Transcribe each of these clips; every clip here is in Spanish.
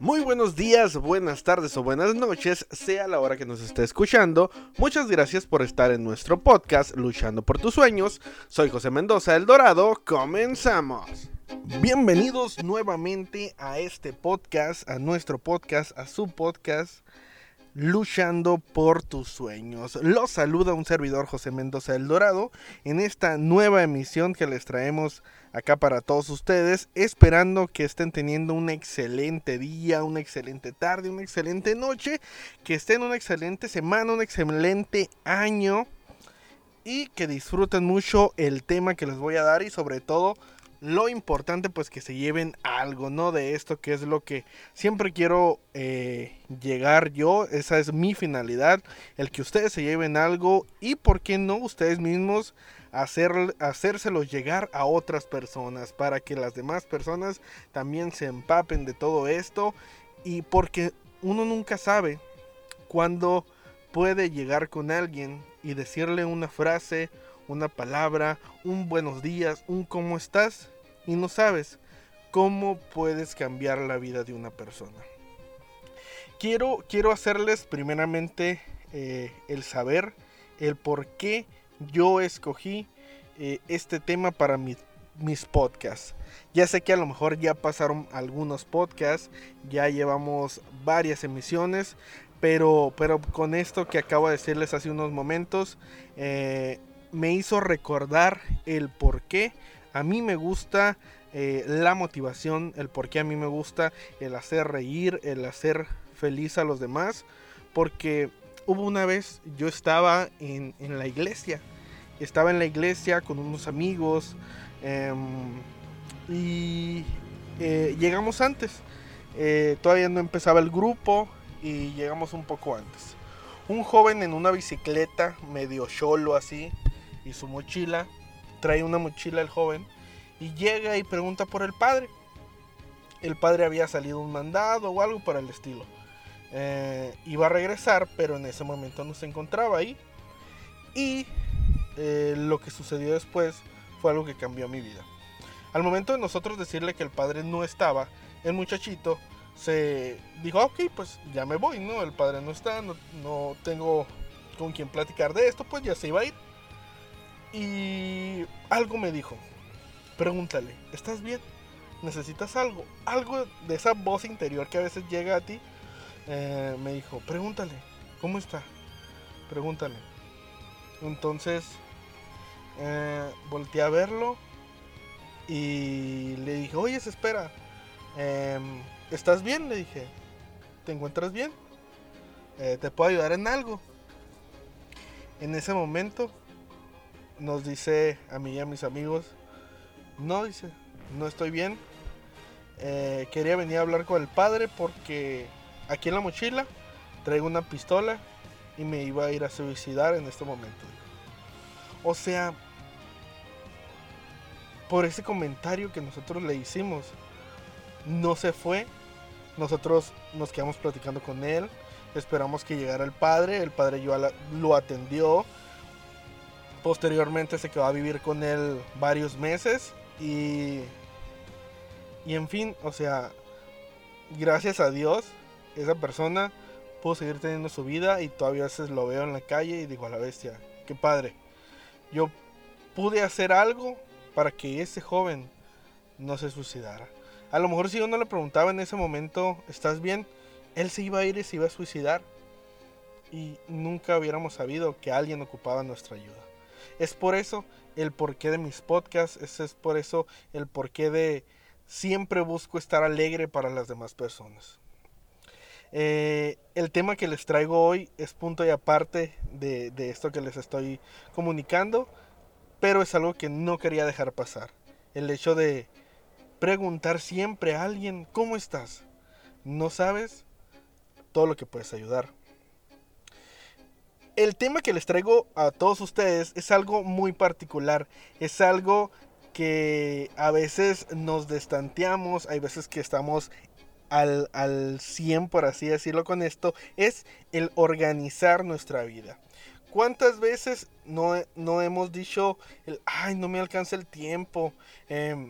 Muy buenos días, buenas tardes o buenas noches, sea la hora que nos esté escuchando. Muchas gracias por estar en nuestro podcast Luchando por tus sueños. Soy José Mendoza El Dorado, comenzamos. Bienvenidos nuevamente a este podcast, a nuestro podcast, a su podcast Luchando por tus sueños. Los saluda un servidor José Mendoza El Dorado en esta nueva emisión que les traemos acá para todos ustedes, esperando que estén teniendo un excelente día, una excelente tarde, una excelente noche, que estén una excelente semana, un excelente año y que disfruten mucho el tema que les voy a dar y sobre todo lo importante pues que se lleven algo, ¿no? De esto que es lo que siempre quiero llegar yo, esa es mi finalidad, el que ustedes se lleven algo y por qué no ustedes mismos hacérselos llegar a otras personas para que las demás personas también se empapen de todo esto y porque uno nunca sabe cuándo puede llegar con alguien y decirle una frase, una palabra, un buenos días, un cómo estás y no sabes cómo puedes cambiar la vida de una persona. Quiero hacerles primeramente el saber, el por qué yo escogí este tema para mis podcasts. Ya sé que a lo mejor ya pasaron algunos podcasts, ya llevamos varias emisiones, pero con esto que acabo de decirles hace unos momentos, me hizo recordar el por qué a mí me gusta la motivación, el por qué a mí me gusta el hacer reír, el hacer feliz a los demás, porque hubo una vez yo estaba en la iglesia, con unos amigos y llegamos antes, todavía no empezaba el grupo y llegamos un poco antes. Un joven en una bicicleta, medio cholo así, y su mochila, trae una mochila el joven, y llega y pregunta por el padre. El padre había salido un mandado o algo para el estilo. Iba a regresar, pero en ese momento no se encontraba ahí. Y lo que sucedió después fue algo que cambió mi vida. Al momento de nosotros decirle que el padre no estaba, el muchachito se dijo, ok, pues ya me voy, ¿no? El padre no está, no tengo con quien platicar de esto, pues ya se iba a ir. Y algo me dijo, pregúntale, ¿estás bien? ¿Necesitas algo? Algo de esa voz interior que a veces llega a ti. Me dijo, pregúntale, ¿cómo está? Pregúntale. Entonces volteé a verlo y le dije, oye, espera, ¿estás bien? Le dije, ¿te encuentras bien? ¿Te puedo ayudar en algo? En ese momento nos dice a mí y a mis amigos, no, dice, no estoy bien, quería venir a hablar con el padre porque aquí en la mochila traigo una pistola y me iba a ir a suicidar en este momento. O sea, por ese comentario que nosotros le hicimos, no se fue. Nosotros nos quedamos platicando con él, esperamos que llegara el padre lo atendió. Posteriormente se quedó a vivir con él varios meses y en fin, o sea, gracias a Dios, esa persona pudo seguir teniendo su vida y todavía a veces lo veo en la calle y digo, a la bestia, qué padre. Yo pude hacer algo para que ese joven no se suicidara. A lo mejor si yo no le preguntaba en ese momento, ¿estás bien? Él se iba a ir y se iba a suicidar. Y nunca hubiéramos sabido que alguien ocupaba nuestra ayuda. Es por eso el porqué de mis podcasts, es por eso el porqué de siempre busco estar alegre para las demás personas. El tema que les traigo hoy es punto y aparte de esto que les estoy comunicando, pero es algo que no quería dejar pasar. El hecho de preguntar siempre a alguien, ¿cómo estás? No sabes todo lo que puedes ayudar. El tema que les traigo a todos ustedes es algo muy particular, es algo que a veces nos destanteamos, hay veces que estamos al 100 por así decirlo con esto, es el organizar nuestra vida. ¿Cuántas veces no hemos dicho, ay, no me alcanza el tiempo?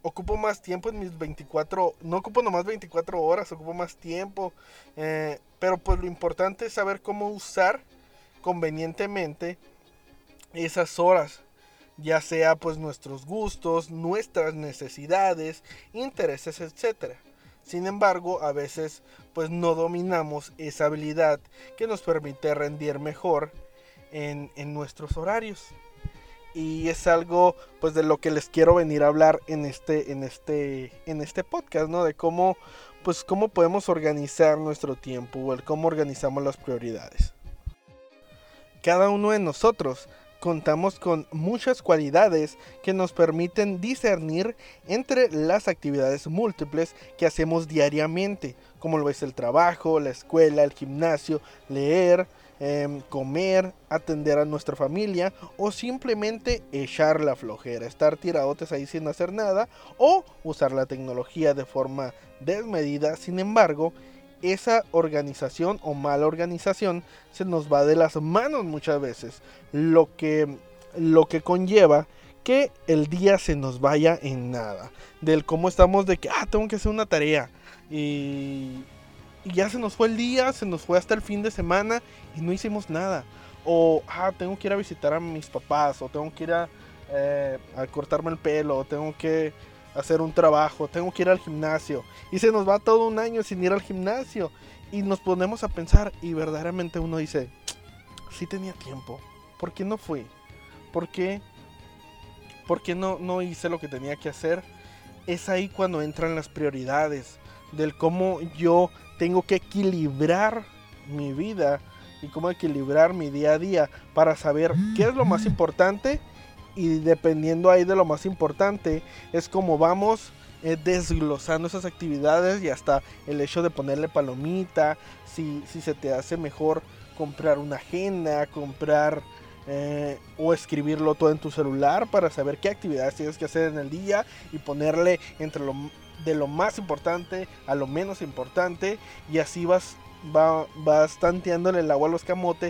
ocupo más tiempo en mis 24, no ocupo nomás 24 horas, ocupo más tiempo, pero pues lo importante es saber cómo usar convenientemente esas horas, ya sea pues nuestros gustos, nuestras necesidades, intereses, etcétera. Sin embargo, a veces pues no dominamos esa habilidad que nos permite rendir mejor en nuestros horarios. Y es algo pues de lo que les quiero venir a hablar en este podcast, ¿no? De cómo podemos organizar nuestro tiempo o el cómo organizamos las prioridades. Cada uno de nosotros contamos con muchas cualidades que nos permiten discernir entre las actividades múltiples que hacemos diariamente, como lo es el trabajo, la escuela, el gimnasio, leer, comer, atender a nuestra familia o simplemente echar la flojera, estar tiradotes ahí sin hacer nada o usar la tecnología de forma desmedida. Sin embargo, esa organización o mala organización se nos va de las manos muchas veces, lo que conlleva que el día se nos vaya en nada, del cómo estamos de que tengo que hacer una tarea y ya se nos fue el día, se nos fue hasta el fin de semana y no hicimos nada. O tengo que ir a visitar a mis papás, o tengo que ir a cortarme el pelo, o tengo que hacer un trabajo, tengo que ir al gimnasio. Y se nos va todo un año sin ir al gimnasio. Y nos ponemos a pensar y verdaderamente uno dice, sí tenía tiempo, ¿por qué no fui? ¿Por qué no hice lo que tenía que hacer? Es ahí cuando entran las prioridades, del cómo yo tengo que equilibrar mi vida y cómo equilibrar mi día a día para saber qué es lo más importante, y dependiendo ahí de lo más importante es como vamos desglosando esas actividades y hasta el hecho de ponerle palomita, si se te hace mejor comprar una agenda, o escribirlo todo en tu celular para saber qué actividades tienes que hacer en el día y ponerle de lo más importante a lo menos importante, y así vas tanteándole el agua a los camotes,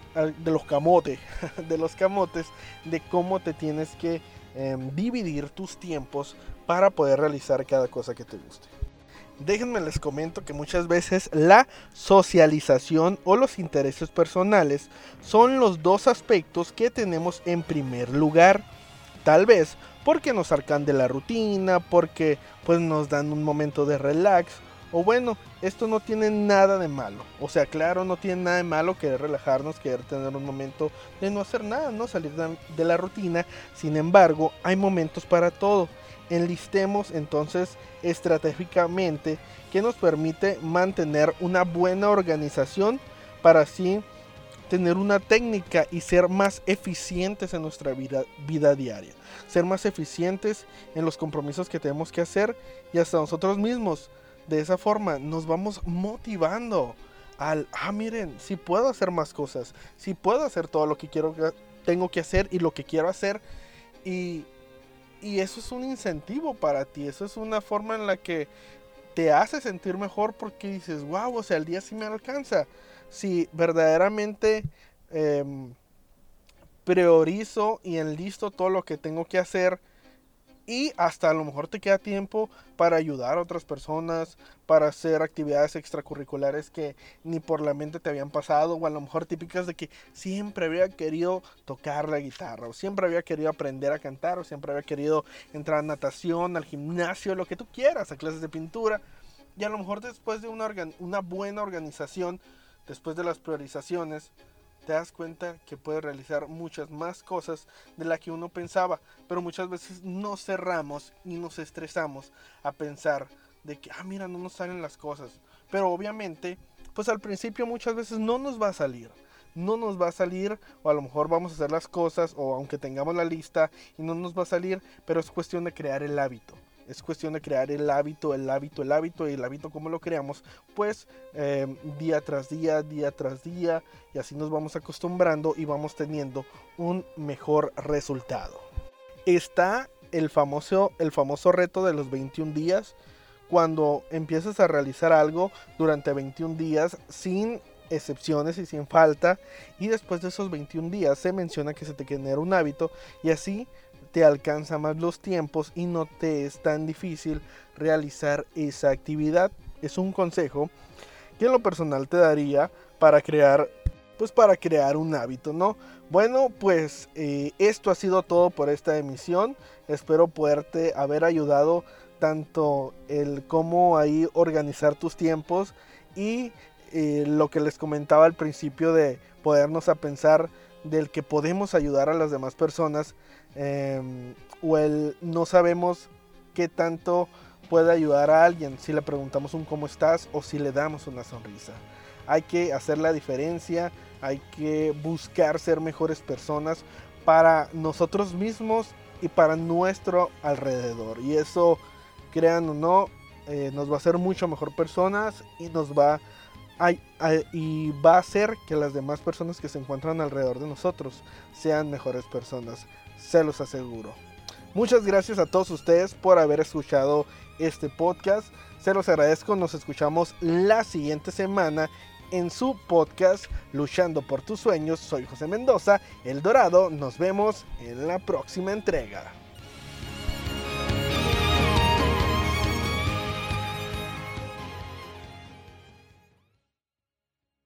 de cómo te tienes que dividir tus tiempos para poder realizar cada cosa que te guste. Déjenme les comento que muchas veces la socialización o los intereses personales son los dos aspectos que tenemos en primer lugar. Tal vez porque nos sacan de la rutina, porque pues nos dan un momento de relax. O bueno, esto no tiene nada de malo. O sea, claro, no tiene nada de malo querer relajarnos, querer tener un momento de no hacer nada, no salir de la rutina. Sin embargo, hay momentos para todo. Enlistemos entonces estratégicamente que nos permite mantener una buena organización para así tener una técnica y ser más eficientes en nuestra vida diaria, ser más eficientes en los compromisos que tenemos que hacer y hasta nosotros mismos. De esa forma nos vamos motivando al, miren, si puedo hacer más cosas, si puedo hacer todo lo que tengo que hacer y lo que quiero hacer, y eso es un incentivo para ti, eso es una forma en la que te hace sentir mejor porque dices, wow, o sea, el día sí me alcanza. Si verdaderamente priorizo y enlisto todo lo que tengo que hacer, y hasta a lo mejor te queda tiempo para ayudar a otras personas, para hacer actividades extracurriculares que ni por la mente te habían pasado, o a lo mejor típicas de que siempre había querido tocar la guitarra, o siempre había querido aprender a cantar, o siempre había querido entrar a natación, al gimnasio, lo que tú quieras, a clases de pintura. Y a lo mejor después de una buena organización, después de las priorizaciones, te das cuenta que puedes realizar muchas más cosas de las que uno pensaba, pero muchas veces nos cerramos y nos estresamos a pensar de que, mira, no nos salen las cosas. Pero obviamente, pues al principio muchas veces no nos va a salir, o a lo mejor vamos a hacer las cosas, o aunque tengamos la lista y no nos va a salir, pero es cuestión de crear el hábito. Es cuestión de crear el hábito, y el hábito como lo creamos, pues día tras día, y así nos vamos acostumbrando y vamos teniendo un mejor resultado. Está el famoso reto de los 21 días, cuando empiezas a realizar algo durante 21 días sin excepciones y sin falta, y después de esos 21 días se menciona que se te genera un hábito, y así te alcanza más los tiempos y no te es tan difícil realizar esa actividad. Es un consejo que en lo personal te daría para crear un hábito, ¿no? Bueno, pues esto ha sido todo por esta emisión. Espero poderte haber ayudado tanto el cómo ahí organizar tus tiempos y lo que les comentaba al principio de podernos a pensar del que podemos ayudar a las demás personas, o el no sabemos qué tanto puede ayudar a alguien si le preguntamos un cómo estás o si le damos una sonrisa. Hay que hacer la diferencia, hay que buscar ser mejores personas para nosotros mismos y para nuestro alrededor. Y eso, crean o no, nos va a hacer mucho mejor personas y va a hacer que las demás personas que se encuentran alrededor de nosotros sean mejores personas. Se los aseguro. Muchas gracias a todos ustedes por haber escuchado este podcast. Se los agradezco. Nos escuchamos la siguiente semana en su podcast Luchando por tus sueños. Soy José Mendoza, El Dorado. Nos vemos en la próxima entrega.